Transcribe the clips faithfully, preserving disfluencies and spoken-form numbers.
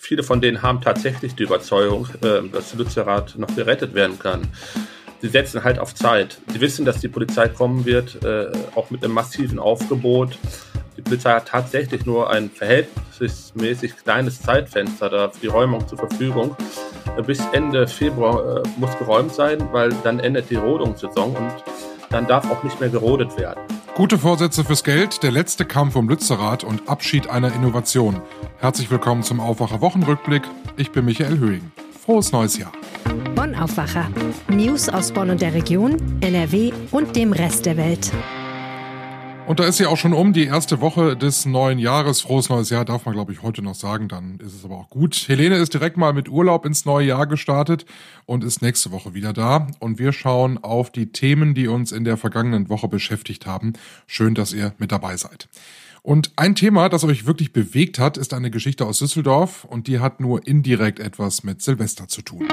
viele von denen haben tatsächlich die Überzeugung, dass Lützerath noch gerettet werden kann. Sie setzen halt auf Zeit. Sie wissen, dass die Polizei kommen wird, auch mit einem massiven Aufgebot. Die Polizei hat tatsächlich nur ein verhältnismäßig kleines Zeitfenster da für die Räumung zur Verfügung. Bis Ende Februar muss geräumt sein, weil dann endet die Rodungssaison und dann darf auch nicht mehr gerodet werden. Gute Vorsätze fürs Geld, der letzte Kampf um Lützerath und Abschied einer Innovation. Herzlich willkommen zum Aufwacher Wochenrückblick. Ich bin Michael Höhing. Frohes neues Jahr. Bonn Aufwacher. News aus Bonn und der Region, N R W und dem Rest der Welt. Und da ist ja auch schon um, die erste Woche des neuen Jahres. Frohes neues Jahr darf man, glaube ich, heute noch sagen, dann ist es aber auch gut. Helene ist direkt mal mit Urlaub ins neue Jahr gestartet und ist nächste Woche wieder da. Und wir schauen auf die Themen, die uns in der vergangenen Woche beschäftigt haben. Schön, dass ihr mit dabei seid. Und ein Thema, das euch wirklich bewegt hat, ist eine Geschichte aus Düsseldorf und die hat nur indirekt etwas mit Silvester zu tun.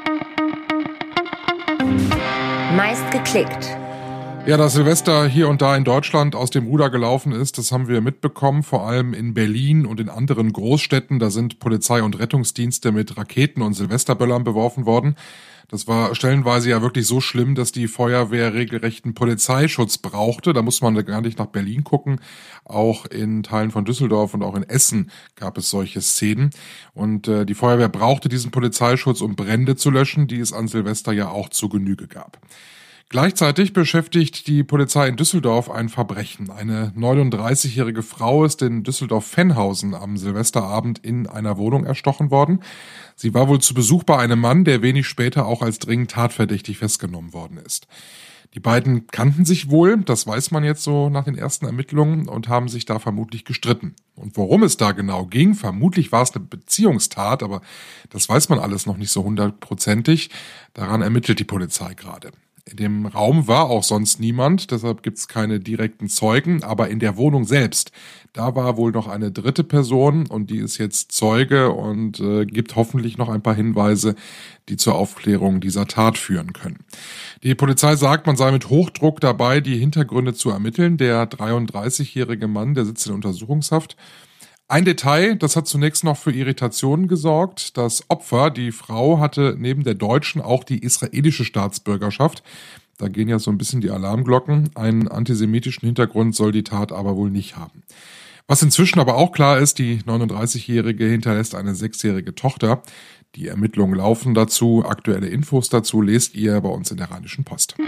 Meist geklickt. Ja, dass Silvester hier und da in Deutschland aus dem Ruder gelaufen ist, das haben wir mitbekommen, vor allem in Berlin und in anderen Großstädten. Da sind Polizei und Rettungsdienste mit Raketen und Silvesterböllern beworfen worden. Das war stellenweise ja wirklich so schlimm, dass die Feuerwehr regelrechten Polizeischutz brauchte. Da muss man gar nicht nach Berlin gucken. Auch in Teilen von Düsseldorf und auch in Essen gab es solche Szenen. Und äh, die Feuerwehr brauchte diesen Polizeischutz, um Brände zu löschen, die es an Silvester ja auch zu Genüge gab. Gleichzeitig beschäftigt die Polizei in Düsseldorf ein Verbrechen. Eine neununddreißigjährige Frau ist in Düsseldorf-Venhausen am Silvesterabend in einer Wohnung erstochen worden. Sie war wohl zu Besuch bei einem Mann, der wenig später auch als dringend tatverdächtig festgenommen worden ist. Die beiden kannten sich wohl, das weiß man jetzt so nach den ersten Ermittlungen, und haben sich da vermutlich gestritten. Und worum es da genau ging, vermutlich war es eine Beziehungstat, aber das weiß man alles noch nicht so hundertprozentig. Daran ermittelt die Polizei gerade. In dem Raum war auch sonst niemand, deshalb gibt's keine direkten Zeugen, aber in der Wohnung selbst, da war wohl noch eine dritte Person und die ist jetzt Zeuge und äh, gibt hoffentlich noch ein paar Hinweise, die zur Aufklärung dieser Tat führen können. Die Polizei sagt, man sei mit Hochdruck dabei, die Hintergründe zu ermitteln. Der dreiunddreißigjährige Mann, der sitzt in Untersuchungshaft. Ein Detail, das hat zunächst noch für Irritationen gesorgt. Das Opfer, die Frau, hatte neben der deutschen auch die israelische Staatsbürgerschaft. Da gehen ja so ein bisschen die Alarmglocken. Einen antisemitischen Hintergrund soll die Tat aber wohl nicht haben. Was inzwischen aber auch klar ist, die neununddreißigjährige hinterlässt eine sechsjährige Tochter. Die Ermittlungen laufen dazu. Aktuelle Infos dazu lest ihr bei uns in der Rheinischen Post.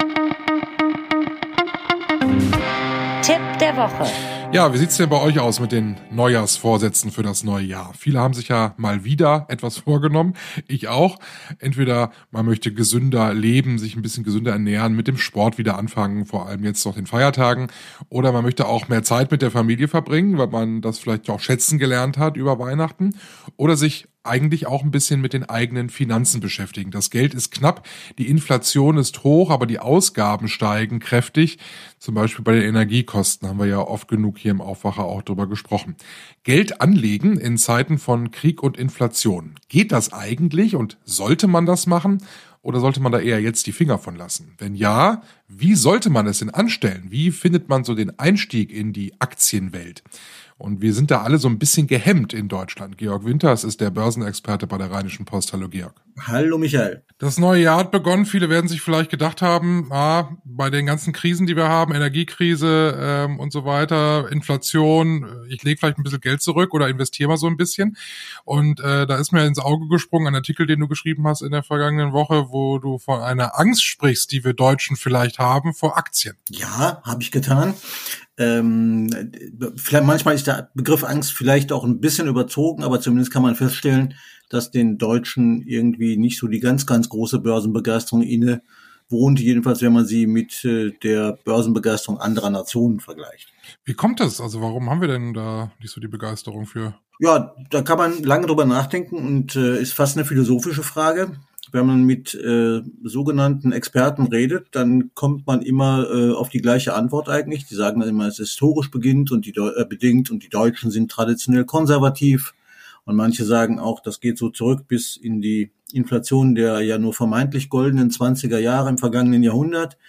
Tipp der Woche. Ja, wie sieht's denn bei euch aus mit den Neujahrsvorsätzen für das neue Jahr? Viele haben sich ja mal wieder etwas vorgenommen. Ich auch. Entweder man möchte gesünder leben, sich ein bisschen gesünder ernähren, mit dem Sport wieder anfangen, vor allem jetzt noch den Feiertagen. Oder man möchte auch mehr Zeit mit der Familie verbringen, weil man das vielleicht auch schätzen gelernt hat über Weihnachten. Oder sich eigentlich auch ein bisschen mit den eigenen Finanzen beschäftigen. Das Geld ist knapp, die Inflation ist hoch, aber die Ausgaben steigen kräftig. Zum Beispiel bei den Energiekosten haben wir ja oft genug hier im Aufwacher auch drüber gesprochen. Geld anlegen in Zeiten von Krieg und Inflation. Geht das eigentlich und sollte man das machen? Oder sollte man da eher jetzt die Finger von lassen? Wenn ja, wie sollte man es denn anstellen? Wie findet man so den Einstieg in die Aktienwelt? Und wir sind da alle so ein bisschen gehemmt in Deutschland. Georg Winters ist der Börsenexperte bei der Rheinischen Post. Hallo Georg. Hallo Michael. Das neue Jahr hat begonnen. Viele werden sich vielleicht gedacht haben, ah, bei den ganzen Krisen, die wir haben, Energiekrise ähm, und so weiter, Inflation, ich lege vielleicht ein bisschen Geld zurück oder investiere mal so ein bisschen. Und äh, da ist mir ins Auge gesprungen ein Artikel, den du geschrieben hast in der vergangenen Woche, wo du von einer Angst sprichst, die wir Deutschen vielleicht haben vor Aktien. Ja, habe ich getan. Ähm, vielleicht, manchmal ist der Begriff Angst vielleicht auch ein bisschen überzogen, aber zumindest kann man feststellen, dass den Deutschen irgendwie nicht so die ganz, ganz große Börsenbegeisterung inne wohnt, jedenfalls wenn man sie mit äh, der Börsenbegeisterung anderer Nationen vergleicht. Wie kommt das? Also warum haben wir denn da nicht so die Begeisterung für? Ja, da kann man lange drüber nachdenken und äh, ist fast eine philosophische Frage. Wenn man mit äh, sogenannten Experten redet, dann kommt man immer äh, auf die gleiche Antwort eigentlich. Die sagen dann immer, es ist historisch beginnt und die äh, bedingt und die Deutschen sind traditionell konservativ. Und manche sagen auch, das geht so zurück bis in die Inflation der ja nur vermeintlich goldenen zwanziger Jahre im vergangenen Jahrhundert.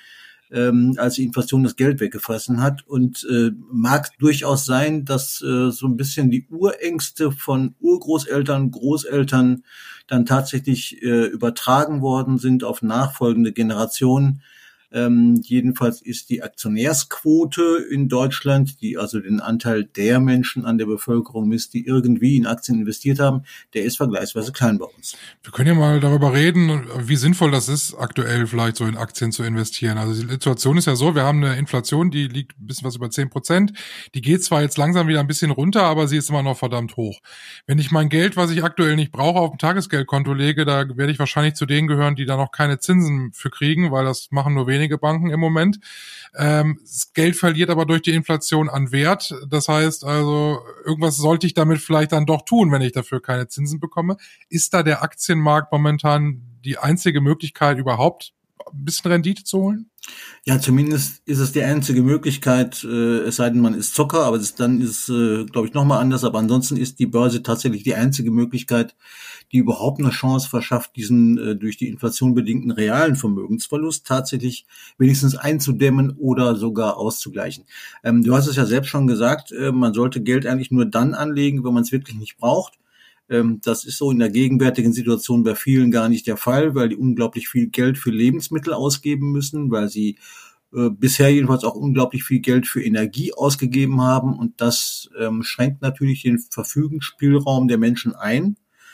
ähm, als die Inflation das Geld weggefressen hat. Und äh, mag durchaus sein, dass äh, so ein bisschen die Urängste von Urgroßeltern, Großeltern dann tatsächlich äh, übertragen worden sind auf nachfolgende Generationen. Ähm, jedenfalls ist die Aktionärsquote in Deutschland, die also den Anteil der Menschen an der Bevölkerung misst, die irgendwie in Aktien investiert haben, der ist vergleichsweise klein bei uns. Wir können ja mal darüber reden, wie sinnvoll das ist, aktuell vielleicht so in Aktien zu investieren. Also die Situation ist ja so, wir haben eine Inflation, die liegt ein bisschen was über zehn Prozent. Die geht zwar jetzt langsam wieder ein bisschen runter, aber sie ist immer noch verdammt hoch. Wenn ich mein Geld, was ich aktuell nicht brauche, auf ein Tagesgeldkonto lege, da werde ich wahrscheinlich zu denen gehören, die da noch keine Zinsen für kriegen, weil das machen nur wenige Banken im Moment. Ähm, das Geld verliert aber durch die Inflation an Wert. Das heißt also, irgendwas sollte ich damit vielleicht dann doch tun, wenn ich dafür keine Zinsen bekomme. Ist da der Aktienmarkt momentan die einzige Möglichkeit, überhaupt ein bisschen Rendite zu holen? Ja, zumindest ist es die einzige Möglichkeit, äh, es sei denn, man ist Zocker, aber das, dann ist es, äh, glaube ich, nochmal anders. Aber ansonsten ist die Börse tatsächlich die einzige Möglichkeit, die überhaupt eine Chance verschafft, diesen äh, durch die Inflation bedingten realen Vermögensverlust tatsächlich wenigstens einzudämmen oder sogar auszugleichen. Ähm, du hast es ja selbst schon gesagt, äh, man sollte Geld eigentlich nur dann anlegen, wenn man es wirklich nicht braucht. Ähm, das ist so in der gegenwärtigen Situation bei vielen gar nicht der Fall, weil die unglaublich viel Geld für Lebensmittel ausgeben müssen, weil sie äh, bisher jedenfalls auch unglaublich viel Geld für Energie ausgegeben haben. Und das ähm, schränkt natürlich den Verfügungsspielraum der Menschen ein.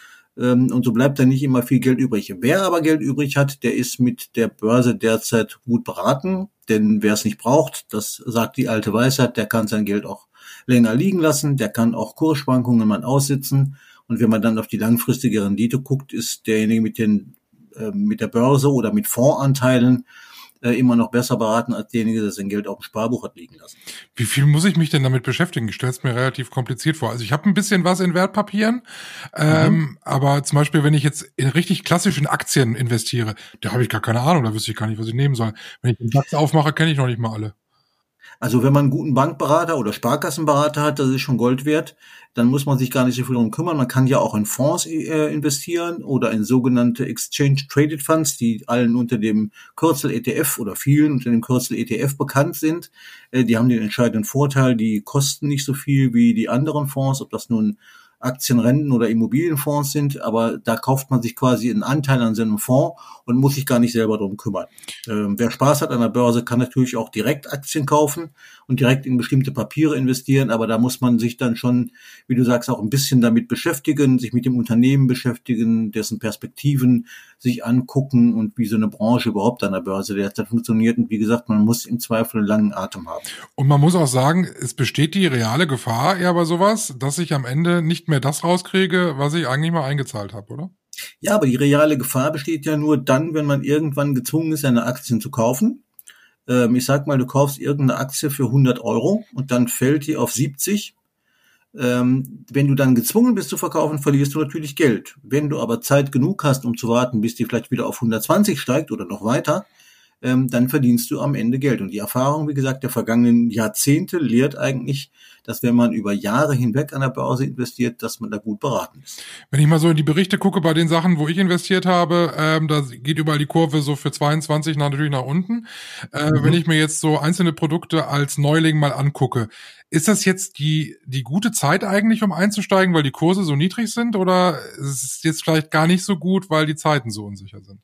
Und so bleibt da nicht immer viel Geld übrig. Wer aber Geld übrig hat, der ist mit der Börse derzeit gut beraten. Denn wer es nicht braucht, das sagt die alte Weisheit, der kann sein Geld auch länger liegen lassen. Der kann auch Kursschwankungen mal aussitzen. Und wenn man dann auf die langfristige Rendite guckt, ist derjenige mit den äh, mit der Börse oder mit Fondsanteilen äh, immer noch besser beraten als derjenige, der sein Geld auf dem Sparbuch hat liegen lassen. Wie viel muss ich mich denn damit beschäftigen? Ich stelle es mir relativ kompliziert vor. Also ich habe ein bisschen was in Wertpapieren, ähm, mhm. aber zum Beispiel, wenn ich jetzt in richtig klassischen Aktien investiere, da habe ich gar keine Ahnung, da wüsste ich gar nicht, was ich nehmen soll. Wenn ich den DAX aufmache, kenne ich noch nicht mal alle. Also wenn man einen guten Bankberater oder Sparkassenberater hat, das ist schon Gold wert, dann muss man sich gar nicht so viel darum kümmern. Man kann ja auch in Fonds äh, investieren oder in sogenannte Exchange Traded Funds, die allen unter dem Kürzel E T F oder vielen unter dem Kürzel E T F bekannt sind. Äh, die haben den entscheidenden Vorteil, die kosten nicht so viel wie die anderen Fonds, ob das nun Aktien, Renten oder Immobilienfonds sind, aber da kauft man sich quasi einen Anteil an seinem Fonds und muss sich gar nicht selber drum kümmern. Ähm, wer Spaß hat an der Börse, kann natürlich auch direkt Aktien kaufen und direkt in bestimmte Papiere investieren, aber da muss man sich dann schon, wie du sagst, auch ein bisschen damit beschäftigen, sich mit dem Unternehmen beschäftigen, dessen Perspektiven sich angucken und wie so eine Branche überhaupt an der Börse derzeit funktioniert. Und wie gesagt, man muss im Zweifel einen langen Atem haben. Und man muss auch sagen, es besteht die reale Gefahr eher bei sowas, dass ich am Ende nicht mehr das rauskriege, was ich eigentlich mal eingezahlt habe, oder? Ja, aber die reale Gefahr besteht ja nur dann, wenn man irgendwann gezwungen ist, seine Aktien zu kaufen. Ähm, ich sag mal, du kaufst irgendeine Aktie für hundert Euro und dann fällt die auf siebzig. Ähm, wenn du dann gezwungen bist zu verkaufen, verlierst du natürlich Geld. Wenn du aber Zeit genug hast, um zu warten, bis die vielleicht wieder auf hundertzwanzig steigt oder noch weiter, ähm, dann verdienst du am Ende Geld. Und die Erfahrung, wie gesagt, der vergangenen Jahrzehnte lehrt eigentlich, dass wenn man über Jahre hinweg an der Börse investiert, dass man da gut beraten ist. Wenn ich mal so in die Berichte gucke bei den Sachen, wo ich investiert habe, ähm, da geht überall die Kurve so für zweiundzwanzig natürlich nach unten. Äh, mhm. Wenn ich mir jetzt so einzelne Produkte als Neuling mal angucke, ist das jetzt die die gute Zeit eigentlich, um einzusteigen, weil die Kurse so niedrig sind, oder ist es jetzt vielleicht gar nicht so gut, weil die Zeiten so unsicher sind?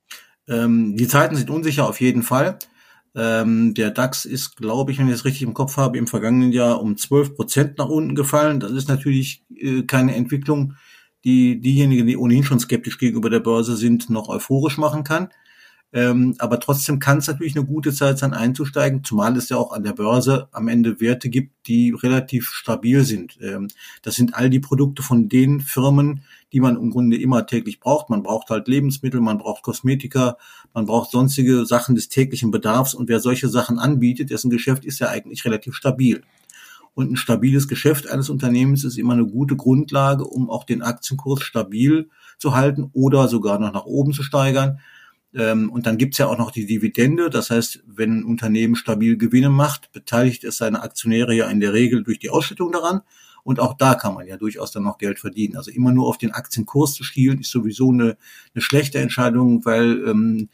Ähm, die Zeiten sind unsicher auf jeden Fall. Ähm, der DAX ist, glaube ich, wenn ich das richtig im Kopf habe, im vergangenen Jahr um zwölf Prozent nach unten gefallen. Das ist natürlich äh, keine Entwicklung, die diejenigen, die ohnehin schon skeptisch gegenüber der Börse sind, noch euphorisch machen kann. Ähm, aber trotzdem kann es natürlich eine gute Zeit sein, einzusteigen, zumal es ja auch an der Börse am Ende Werte gibt, die relativ stabil sind. Ähm, das sind all die Produkte von den Firmen, die man im Grunde immer täglich braucht. Man braucht halt Lebensmittel, man braucht Kosmetika, man braucht sonstige Sachen des täglichen Bedarfs. Und wer solche Sachen anbietet, dessen Geschäft ist ja eigentlich relativ stabil. Und ein stabiles Geschäft eines Unternehmens ist immer eine gute Grundlage, um auch den Aktienkurs stabil zu halten oder sogar noch nach oben zu steigern. Und dann gibt's ja auch noch die Dividende. Das heißt, wenn ein Unternehmen stabil Gewinne macht, beteiligt es seine Aktionäre ja in der Regel durch die Ausschüttung daran. Und auch da kann man ja durchaus dann noch Geld verdienen. Also immer nur auf den Aktienkurs zu schielen, ist sowieso eine, eine schlechte Entscheidung, weil ähm,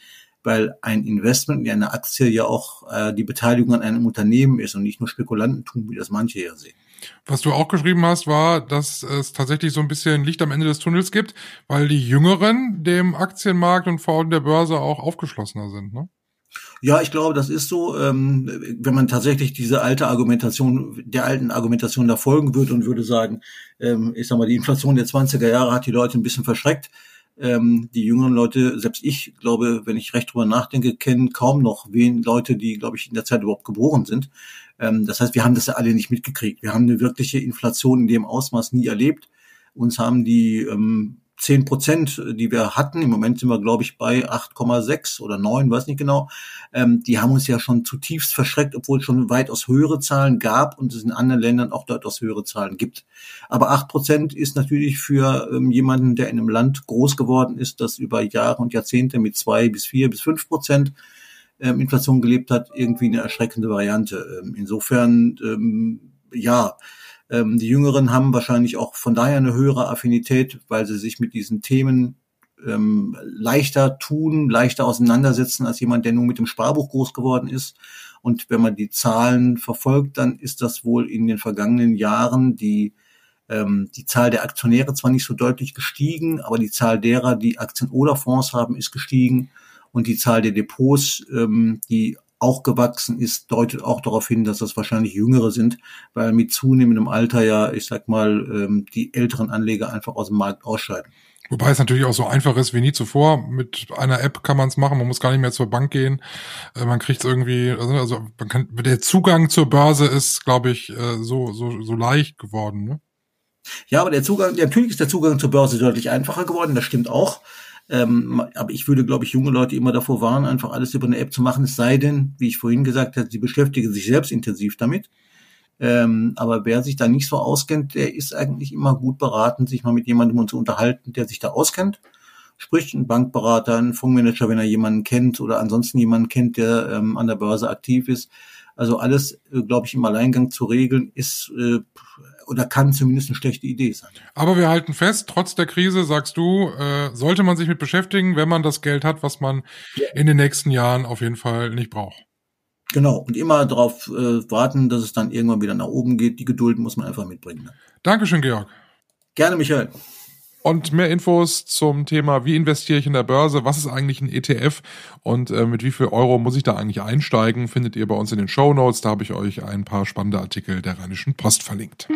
weil ein Investment in eine Aktie ja auch äh, die Beteiligung an einem Unternehmen ist und nicht nur Spekulantentum, wie das manche ja sehen. Was du auch geschrieben hast, war, dass es tatsächlich so ein bisschen Licht am Ende des Tunnels gibt, weil die Jüngeren dem Aktienmarkt und vor allem der Börse auch aufgeschlossener sind, ne? Ja, ich glaube, das ist so. Ähm, wenn man tatsächlich diese alte Argumentation, der alten Argumentation da folgen würde und würde sagen, ähm, ich sag mal, die Inflation der zwanziger Jahre hat die Leute ein bisschen verschreckt. Ähm, die jüngeren Leute, selbst ich glaube, wenn ich recht drüber nachdenke, kennen kaum noch wen Leute, die, glaube ich, in der Zeit überhaupt geboren sind. Ähm, das heißt, wir haben das ja alle nicht mitgekriegt. Wir haben eine wirkliche Inflation in dem Ausmaß nie erlebt. Uns haben die ähm, zehn Prozent, die wir hatten, im Moment sind wir, glaube ich, bei acht Komma sechs oder neun, weiß nicht genau, ähm, die haben uns ja schon zutiefst verschreckt, obwohl es schon weitaus höhere Zahlen gab und es in anderen Ländern auch weitaus höhere Zahlen gibt. Aber acht Prozent ist natürlich für ähm, jemanden, der in einem Land groß geworden ist, das über Jahre und Jahrzehnte mit zwei bis vier bis fünf Prozent ähm, Inflation gelebt hat, irgendwie eine erschreckende Variante. Ähm, insofern, ähm, ja, die Jüngeren haben wahrscheinlich auch von daher eine höhere Affinität, weil sie sich mit diesen Themen ähm, leichter tun, leichter auseinandersetzen als jemand, der nur mit dem Sparbuch groß geworden ist. Und wenn man die Zahlen verfolgt, dann ist das wohl in den vergangenen Jahren die ähm, die Zahl der Aktionäre zwar nicht so deutlich gestiegen, aber die Zahl derer, die Aktien oder Fonds haben, ist gestiegen. Und die Zahl der Depots, ähm, die auch gewachsen ist, deutet auch darauf hin, dass das wahrscheinlich Jüngere sind, weil mit zunehmendem Alter ja, ich sag mal, die älteren Anleger einfach aus dem Markt ausscheiden. Wobei es natürlich auch so einfach ist wie nie zuvor. Mit einer App kann man es machen, man muss gar nicht mehr zur Bank gehen. Man kriegt es irgendwie, also man kann, der Zugang zur Börse ist, glaube ich, so so so leicht geworden, ne? Ja, aber der Zugang, natürlich ist der Zugang zur Börse deutlich einfacher geworden, das stimmt auch. Ähm, aber ich würde, glaube ich, junge Leute immer davor warnen, einfach alles über eine App zu machen, es sei denn, wie ich vorhin gesagt habe, sie beschäftigen sich selbst intensiv damit. Ähm, aber wer sich da nicht so auskennt, der ist eigentlich immer gut beraten, sich mal mit jemandem zu unterhalten, der sich da auskennt. Sprich, ein Bankberater, ein Fondsmanager, wenn er jemanden kennt oder ansonsten jemanden kennt, der ähm, an der Börse aktiv ist. Also alles, äh, glaube ich, im Alleingang zu regeln, ist äh, oder kann zumindest eine schlechte Idee sein. Aber wir halten fest, trotz der Krise, sagst du, äh, sollte man sich mit beschäftigen, wenn man das Geld hat, was man ja. in den nächsten Jahren auf jeden Fall nicht braucht. Genau, und immer darauf äh, warten, dass es dann irgendwann wieder nach oben geht. Die Geduld muss man einfach mitbringen. Ne? Dankeschön, Georg. Gerne, Michael. Und mehr Infos zum Thema, wie investiere ich in der Börse, was ist eigentlich ein E T F und äh, mit wie viel Euro muss ich da eigentlich einsteigen, findet ihr bei uns in den Shownotes. Da habe ich euch ein paar spannende Artikel der Rheinischen Post verlinkt.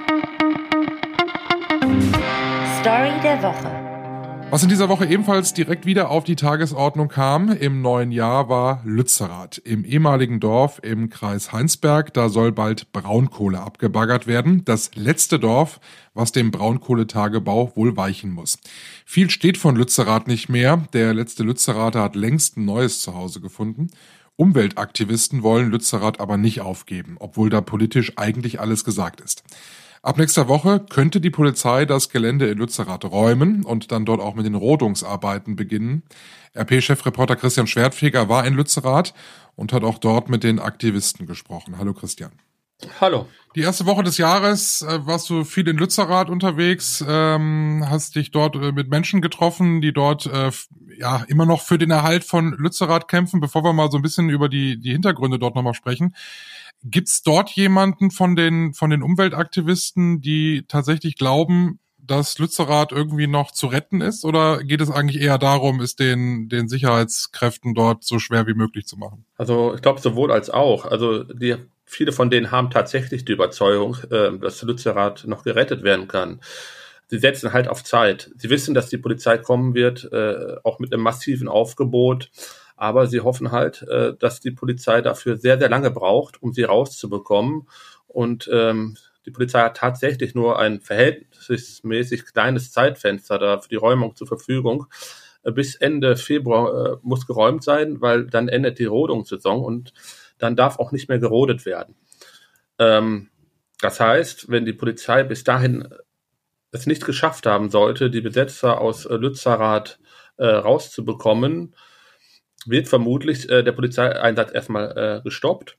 Story der Woche. Was in dieser Woche ebenfalls direkt wieder auf die Tagesordnung kam im neuen Jahr war Lützerath. Im ehemaligen Dorf im Kreis Heinsberg, da soll bald Braunkohle abgebaggert werden. Das letzte Dorf, was dem Braunkohletagebau wohl weichen muss. Viel steht von Lützerath nicht mehr. Der letzte Lützerather hat längst ein neues Zuhause gefunden. Umweltaktivisten wollen Lützerath aber nicht aufgeben, obwohl da politisch eigentlich alles gesagt ist. Ab nächster Woche könnte die Polizei das Gelände in Lützerath räumen und dann dort auch mit den Rodungsarbeiten beginnen. R P-Chefreporter Christian Schwertfeger war in Lützerath und hat auch dort mit den Aktivisten gesprochen. Hallo Christian. Hallo. Die erste Woche des Jahres äh, warst du viel in Lützerath unterwegs, ähm, hast dich dort äh, mit Menschen getroffen, die dort äh, ja immer noch für den Erhalt von Lützerath kämpfen. Bevor wir mal so ein bisschen über die, die Hintergründe dort nochmal sprechen. Gibt's dort jemanden von den von den Umweltaktivisten, die tatsächlich glauben, dass Lützerath irgendwie noch zu retten ist? Oder geht es eigentlich eher darum, es den den Sicherheitskräften dort so schwer wie möglich zu machen? Also ich glaube sowohl als auch. Also die viele von denen haben tatsächlich die Überzeugung, äh, dass Lützerath noch gerettet werden kann. Sie setzen halt auf Zeit. Sie wissen, dass die Polizei kommen wird, äh, auch mit einem massiven Aufgebot. Aber sie hoffen halt, äh, dass die Polizei dafür sehr, sehr lange braucht, um sie rauszubekommen. Und ähm, die Polizei hat tatsächlich nur ein verhältnismäßig kleines Zeitfenster da für die Räumung zur Verfügung. Äh, bis Ende Februar äh, muss geräumt sein, weil dann endet die Rodungssaison und dann darf auch nicht mehr gerodet werden. Ähm, das heißt, wenn die Polizei bis dahin es nicht geschafft haben sollte, die Besetzer aus äh, Lützerath äh, rauszubekommen, wird vermutlich äh, der Polizeieinsatz erstmal äh, gestoppt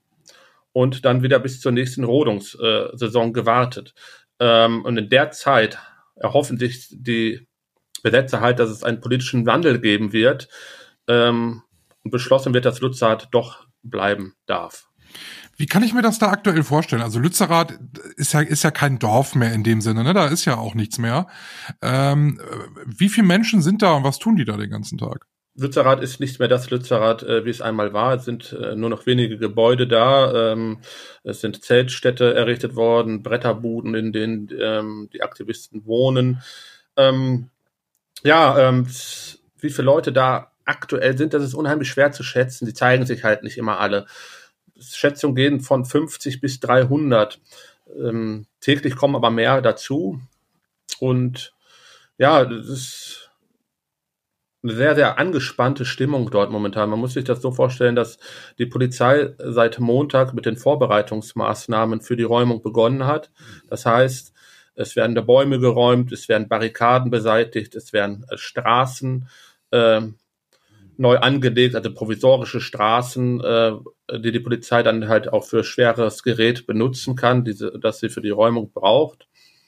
und dann wieder bis zur nächsten Rodungssaison äh, gewartet. Ähm, und in der Zeit erhoffen sich die Besetzer halt, dass es einen politischen Wandel geben wird, ähm, und beschlossen wird, dass Lützerath doch bleiben darf. Wie kann ich mir das da aktuell vorstellen? Also Lützerath ist ja, ist ja kein Dorf mehr in dem Sinne, ne? Da ist ja auch nichts mehr. Ähm, wie viele Menschen sind da und was tun die da den ganzen Tag? Lützerath ist nicht mehr das Lützerath, äh, wie es einmal war. Es sind äh, nur noch wenige Gebäude da. Ähm, es sind Zeltstädte errichtet worden, Bretterbuden, in denen ähm, die Aktivisten wohnen. Ähm, ja, ähm, wie viele Leute da aktuell sind, das ist unheimlich schwer zu schätzen. Die zeigen sich halt nicht immer alle. Schätzungen gehen von fünfzig bis dreihundert. Ähm, täglich kommen aber mehr dazu. Und ja, das ist eine sehr, sehr angespannte Stimmung dort momentan. Man muss sich das so vorstellen, dass die Polizei seit Montag mit den Vorbereitungsmaßnahmen für die Räumung begonnen hat. Das heißt, es werden da Bäume geräumt, es werden Barrikaden beseitigt, es werden äh, Straßen äh, neu angelegt, also provisorische Straßen, äh, die die Polizei dann halt auch für schweres Gerät benutzen kann, diese, das sie für die Räumung braucht.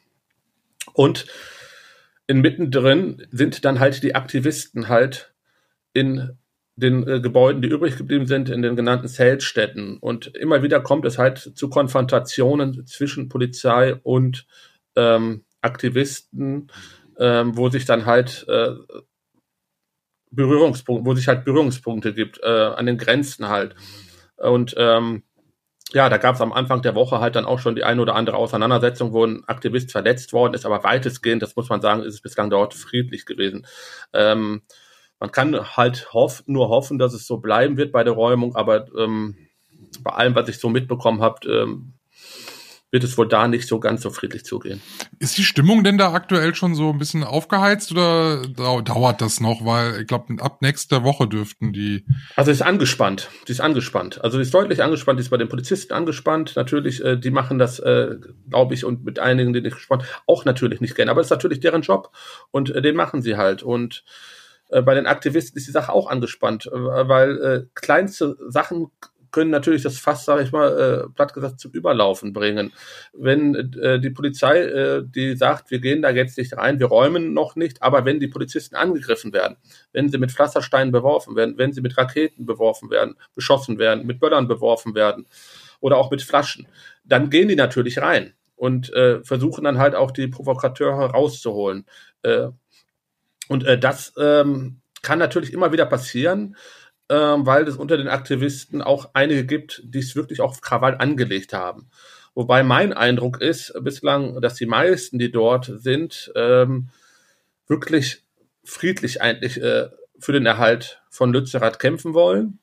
Und inmitten drin sind dann halt die Aktivisten halt in den äh, Gebäuden, die übrig geblieben sind, in den genannten Zeltstädten. Und immer wieder kommt es halt zu Konfrontationen zwischen Polizei und ähm, Aktivisten, ähm, wo sich dann halt äh, Berührungspunkte, wo sich halt Berührungspunkte gibt, äh, an den Grenzen halt. Und ähm, ja, da gab es am Anfang der Woche halt dann auch schon die eine oder andere Auseinandersetzung, wo ein Aktivist verletzt worden ist, aber weitestgehend, das muss man sagen, ist es bislang dort friedlich gewesen. Ähm, man kann halt hoff, nur hoffen, dass es so bleiben wird bei der Räumung, aber ähm, bei allem, was ich so mitbekommen habe, ähm, wird es wohl da nicht so ganz so friedlich zugehen. Ist die Stimmung denn da aktuell schon so ein bisschen aufgeheizt oder dauert das noch? Weil ich glaube, ab nächster Woche dürften die... Also ist angespannt. Die ist angespannt. Also die ist deutlich angespannt. Die ist bei den Polizisten angespannt. Natürlich, äh, die machen das, äh, glaube ich, und mit einigen, denen ich gespannt, auch natürlich nicht gerne. Aber es ist natürlich deren Job und äh, den machen sie halt. Und äh, bei den Aktivisten ist die Sache auch angespannt, äh, weil äh, kleinste Sachen können natürlich das Fass, sage ich mal, äh, platt gesagt, zum Überlaufen bringen. Wenn äh, die Polizei, äh, die sagt, wir gehen da jetzt nicht rein, wir räumen noch nicht, aber wenn die Polizisten angegriffen werden, wenn sie mit Pflastersteinen beworfen werden, wenn sie mit Raketen beworfen werden, beschossen werden, mit Böllern beworfen werden oder auch mit Flaschen, dann gehen die natürlich rein und äh, versuchen dann halt auch die Provokateure rauszuholen. Äh, und äh, das ähm, kann natürlich immer wieder passieren, Ähm, weil es unter den Aktivisten auch einige gibt, die es wirklich auf Krawall angelegt haben. Wobei mein Eindruck ist bislang, dass die meisten, die dort sind, ähm, wirklich friedlich eigentlich äh, für den Erhalt von Lützerath kämpfen wollen.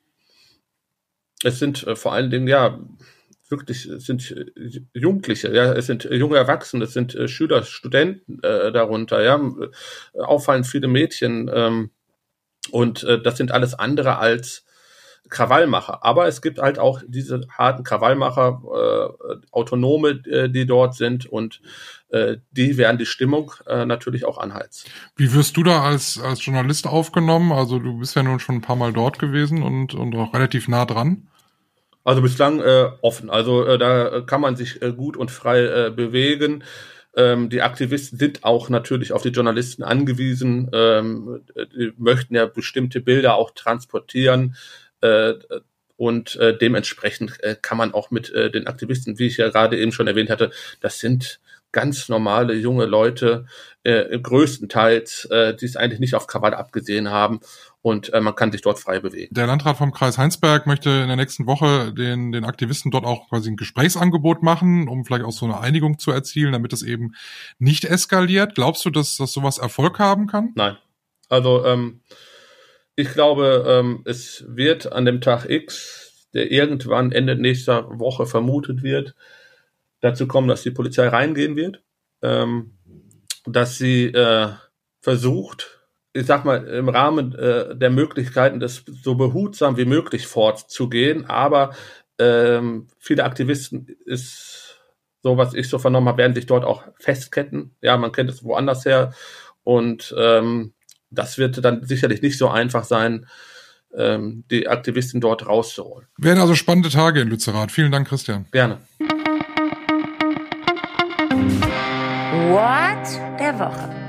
Es sind äh, vor allen Dingen, ja, wirklich, es sind äh, Jugendliche, ja, es sind äh, junge Erwachsene, es sind äh, Schüler, Studenten äh, darunter, ja, äh, auffallend viele Mädchen, ähm, Und äh, das sind alles andere als Krawallmacher. Aber es gibt halt auch diese harten Krawallmacher, äh, Autonome, äh, die dort sind und äh, die werden die Stimmung äh, natürlich auch anheizen. Wie wirst du da als als Journalist aufgenommen? Also du bist ja nun schon ein paar Mal dort gewesen und und auch relativ nah dran. Also bislang äh, offen. Also äh, da kann man sich äh, gut und frei äh, bewegen. Ähm, die Aktivisten sind auch natürlich auf die Journalisten angewiesen, ähm, die möchten ja bestimmte Bilder auch transportieren äh, und äh, dementsprechend äh, kann man auch mit äh, den Aktivisten, wie ich ja gerade eben schon erwähnt hatte, das sind ganz normale junge Leute, äh, größtenteils, äh, die es eigentlich nicht auf Krawall abgesehen haben. Und äh, man kann sich dort frei bewegen. Der Landrat vom Kreis Heinsberg möchte in der nächsten Woche den den Aktivisten dort auch quasi ein Gesprächsangebot machen, um vielleicht auch so eine Einigung zu erzielen, damit es eben nicht eskaliert. Glaubst du, dass, dass sowas Erfolg haben kann? Nein. Also ähm, ich glaube, ähm, es wird an dem Tag X, der irgendwann Ende nächster Woche vermutet wird, dazu kommen, dass die Polizei reingehen wird, ähm, dass sie äh, versucht, ich sag mal, im Rahmen äh, der Möglichkeiten, das so behutsam wie möglich vorzugehen, aber ähm, viele Aktivisten ist, so was ich so vernommen habe, werden sich dort auch festketten. Ja, man kennt es woanders her und ähm, das wird dann sicherlich nicht so einfach sein, ähm, die Aktivisten dort rauszuholen. Werden also spannende Tage in Lützerath. Vielen Dank, Christian. Gerne. What der Woche.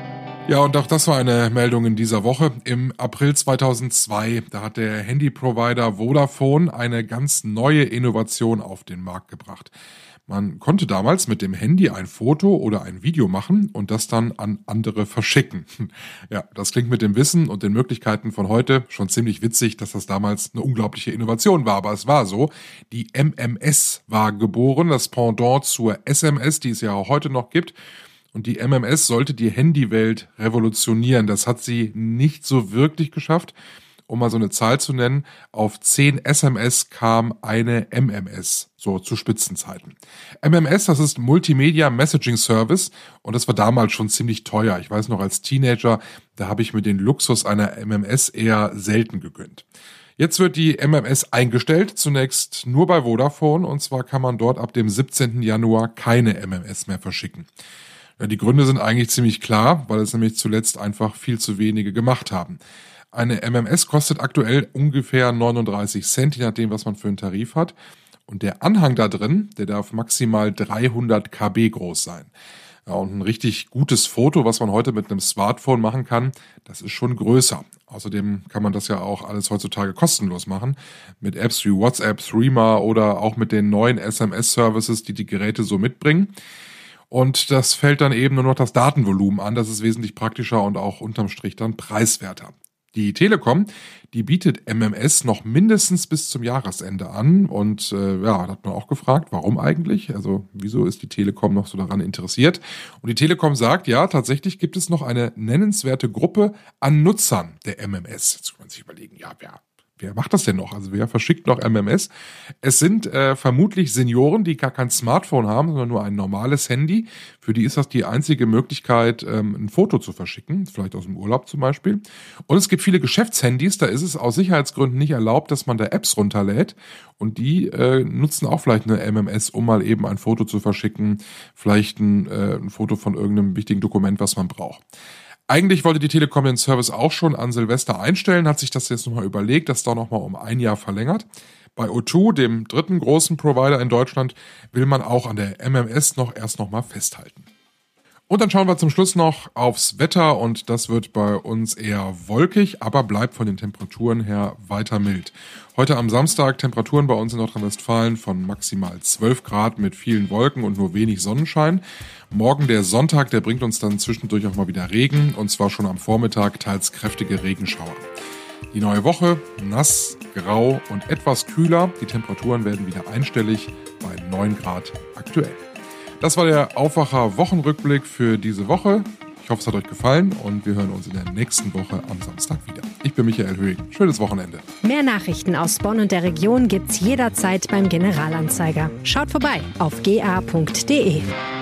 Ja, und auch das war eine Meldung in dieser Woche. Im April zweitausendzwei, da hat der Handyprovider Vodafone eine ganz neue Innovation auf den Markt gebracht. Man konnte damals mit dem Handy ein Foto oder ein Video machen und das dann an andere verschicken. Ja, das klingt mit dem Wissen und den Möglichkeiten von heute schon ziemlich witzig, dass das damals eine unglaubliche Innovation war. Aber es war so, die M M S war geboren, das Pendant zur S M S, die es ja auch heute noch gibt. Und die M M S sollte die Handywelt revolutionieren. Das hat sie nicht so wirklich geschafft. Um mal so eine Zahl zu nennen, auf zehn S M S kam eine M M S, so zu Spitzenzeiten. M M S, das ist Multimedia Messaging Service und das war damals schon ziemlich teuer. Ich weiß noch, als Teenager, da habe ich mir den Luxus einer M M S eher selten gegönnt. Jetzt wird die M M S eingestellt, zunächst nur bei Vodafone, und zwar kann man dort ab dem siebzehnten Januar keine M M S mehr verschicken. Die Gründe sind eigentlich ziemlich klar, weil es nämlich zuletzt einfach viel zu wenige gemacht haben. Eine M M S kostet aktuell ungefähr neununddreißig Cent, je nachdem, was man für einen Tarif hat. Und der Anhang da drin, der darf maximal dreihundert Kilobyte groß sein. Ja, und ein richtig gutes Foto, was man heute mit einem Smartphone machen kann, das ist schon größer. Außerdem kann man das ja auch alles heutzutage kostenlos machen. Mit Apps wie WhatsApp, Threema oder auch mit den neuen S M S-Services, die die Geräte so mitbringen. Und das fällt dann eben nur noch das Datenvolumen an. Das ist wesentlich praktischer und auch unterm Strich dann preiswerter. Die Telekom, die bietet M M S noch mindestens bis zum Jahresende an. Und äh, ja, da hat man auch gefragt, warum eigentlich? Also wieso ist die Telekom noch so daran interessiert? Und die Telekom sagt, ja, tatsächlich gibt es noch eine nennenswerte Gruppe an Nutzern der M M S. Jetzt kann man sich überlegen, ja, wer... Wer macht das denn noch? Also wer verschickt noch M M S? Es sind äh, vermutlich Senioren, die gar kein Smartphone haben, sondern nur ein normales Handy. Für die ist das die einzige Möglichkeit, ähm, ein Foto zu verschicken, vielleicht aus dem Urlaub zum Beispiel. Und es gibt viele Geschäftshandys, da ist es aus Sicherheitsgründen nicht erlaubt, dass man da Apps runterlädt. Und die äh, nutzen auch vielleicht eine M M S, um mal eben ein Foto zu verschicken, vielleicht ein, äh, ein Foto von irgendeinem wichtigen Dokument, was man braucht. Eigentlich wollte die Telekom den Service auch schon an Silvester einstellen, hat sich das jetzt nochmal überlegt, das da nochmal um ein Jahr verlängert. Bei O zwei, dem dritten großen Provider in Deutschland, will man auch an der M M S noch erst nochmal festhalten. Und dann schauen wir zum Schluss noch aufs Wetter und das wird bei uns eher wolkig, aber bleibt von den Temperaturen her weiter mild. Heute am Samstag Temperaturen bei uns in Nordrhein-Westfalen von maximal zwölf Grad mit vielen Wolken und nur wenig Sonnenschein. Morgen der Sonntag, der bringt uns dann zwischendurch auch mal wieder Regen und zwar schon am Vormittag teils kräftige Regenschauer. Die neue Woche nass, grau und etwas kühler. Die Temperaturen werden wieder einstellig bei neun Grad aktuell. Das war der Aufwacher-Wochenrückblick für diese Woche. Ich hoffe, es hat euch gefallen und wir hören uns in der nächsten Woche am Samstag wieder. Ich bin Michael Höhing. Schönes Wochenende. Mehr Nachrichten aus Bonn und der Region gibt's jederzeit beim Generalanzeiger. Schaut vorbei auf g a punkt d e.